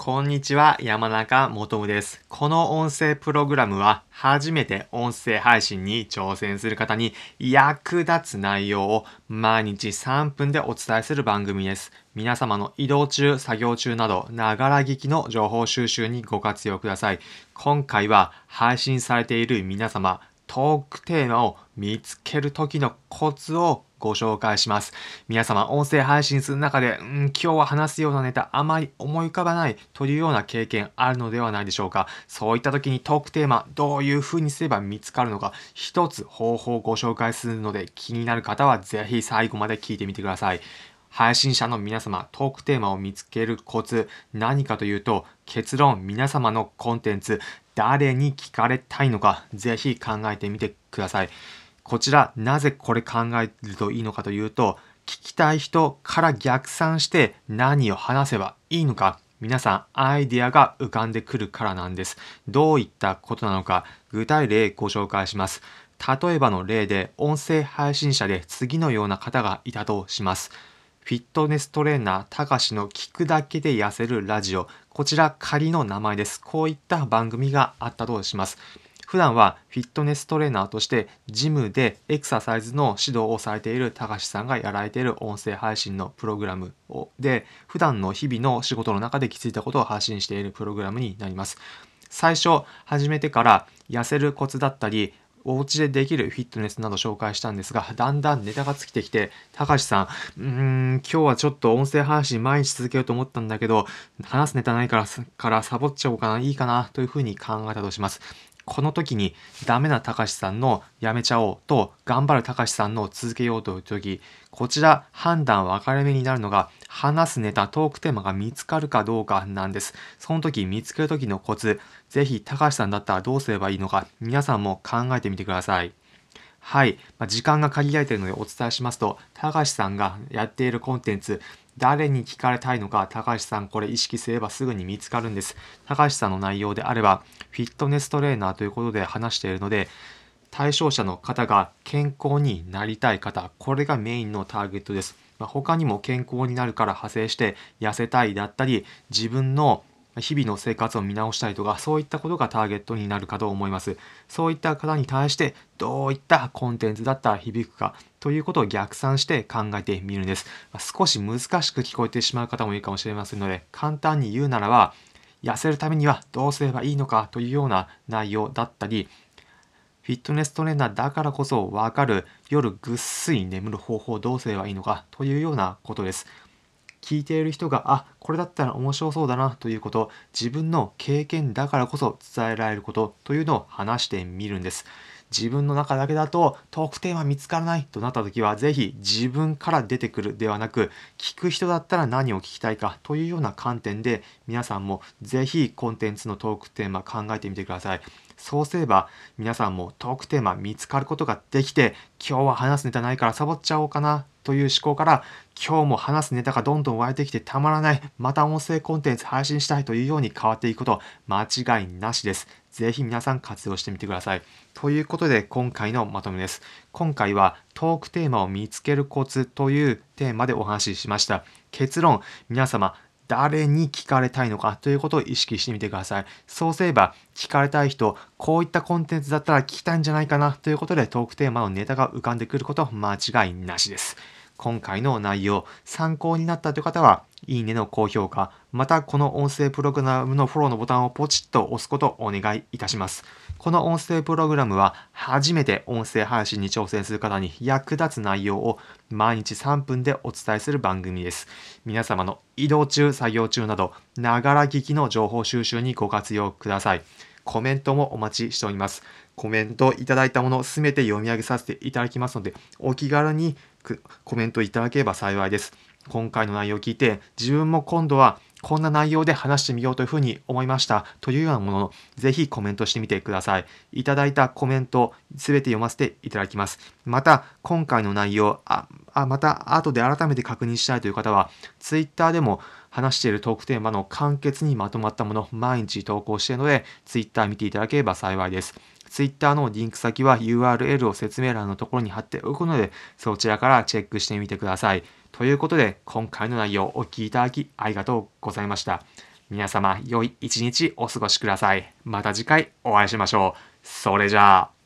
こんにちは、山中もとむです。この音声プログラムは初めて音声配信に挑戦する方に役立つ内容を毎日3分でお伝えする番組です。皆様の移動中、作業中など、ながら聞きの情報収集にご活用ください。今回は配信されている皆様、トークテーマを見つける時のコツをご紹介します。皆様、音声配信する中で、今日は話すようなネタあまり思い浮かばないというような経験あるのではないでしょうか。そういった時にトークテーマ、どういう風にすれば見つかるのか、一つ方法をご紹介するので、気になる方はぜひ最後まで聞いてみてください。配信者の皆様、トークテーマを見つけるコツ、何かというと、結論、皆様のコンテンツ、誰に聞かれたいのか、ぜひ考えてみてください。こちら、なぜこれ考えるといいのかというと、聞きたい人から逆算して何を話せばいいのか、皆さんアイデアが浮かんでくるからなんです。どういったことなのか、具体例ご紹介します。例えばの例で、音声配信者で次のような方がいたとします。フィットネストレーナーたかしの聞くだけで痩せるラジオ。こちら仮の名前です。こういった番組があったとします。普段はフィットネストレーナーとしてジムでエクササイズの指導をされているたかしさんがやられている音声配信のプログラムで、普段の日々の仕事の中で気づいたことを発信しているプログラムになります。最初始めてから痩せるコツだったり、お家でできるフィットネスなど紹介したんですが、だんだんネタが尽きてきて、たかしさん、今日はちょっと音声配信毎日続けようと思ったんだけど、話すネタないからサボっちゃおうかな、いいかな、というふうに考えたとします。この時にダメなたかしさんのやめちゃおうと頑張るたかしさんの続けようという時、こちら判断分かれ目になるのが話すネタ、トークテーマが見つかるかどうかなんです。その時見つける時のコツ、ぜひたかしさんだったらどうすればいいのか皆さんも考えてみてください。はい、時間が限られているのでお伝えしますと、たかしさんがやっているコンテンツ、誰に聞かれたいのか、高橋さんこれ意識すればすぐに見つかるんです。高橋さんの内容であれば、フィットネストレーナーということで話しているので、対象者の方が健康になりたい方、これがメインのターゲットです。他にも健康になるから派生して痩せたいだったり、自分の日々の生活を見直したりとか、そういったことがターゲットになるかと思います。そういった方に対してどういったコンテンツだったら響くかということを逆算して考えてみるんです。少し難しく聞こえてしまう方もいるかもしれませんので、簡単に言うならば、痩せるためにはどうすればいいのかというような内容だったり、フィットネストレーナーだからこそわかる夜ぐっすり眠る方法をどうすればいいのかというようなことです。聞いている人が、これだったら面白そうだなということ、自分の経験だからこそ伝えられることというのを話してみるんです。自分の中だけだとトークテーマ見つからないとなった時は、ぜひ自分から出てくるではなく、聞く人だったら何を聞きたいかというような観点で、皆さんもぜひコンテンツのトークテーマ考えてみてください。そうすれば皆さんもトークテーマ見つかることができて、今日は話すネタないからサボっちゃおうかなという思考から、今日も話すネタがどんどん湧いてきてたまらない、また音声コンテンツ配信したいというように変わっていくこと間違いなしです。ぜひ皆さん活用してみてください。ということで今回のまとめです。今回はトークテーマを見つけるコツというテーマでお話ししました。結論、皆様誰に聞かれたいのかということを意識してみてください。そうすれば聞かれたい人、こういったコンテンツだったら聞きたいんじゃないかなということでトークテーマのネタが浮かんでくること間違いなしです。今回の内容、参考になったという方は、いいねの高評価、またこの音声プログラムのフォローのボタンをポチッと押すことをお願いいたします。この音声プログラムは、初めて音声配信に挑戦する方に役立つ内容を毎日3分でお伝えする番組です。皆様の移動中、作業中など、ながら聞きの情報収集にご活用ください。コメントもお待ちしております。コメントいただいたものすべて読み上げさせていただきますので、お気軽にコメントいただければ幸いです。今回の内容を聞いて、自分も今度はこんな内容で話してみようというふうに思いましたというようなものをぜひコメントしてみてください。いただいたコメントすべて読ませていただきます。また今回の内容、また後で改めて確認したいという方は Twitter でも話しているトークテーマの簡潔にまとまったもの毎日投稿しているので Twitter 見ていただければ幸いです。Twitter のリンク先は URL を説明欄のところに貼っておくのでそちらからチェックしてみてください。ということで今回の内容をお聞きいただきありがとうございました。 皆様、良い一日お過ごしください。また次回お会いしましょう。それじゃあ。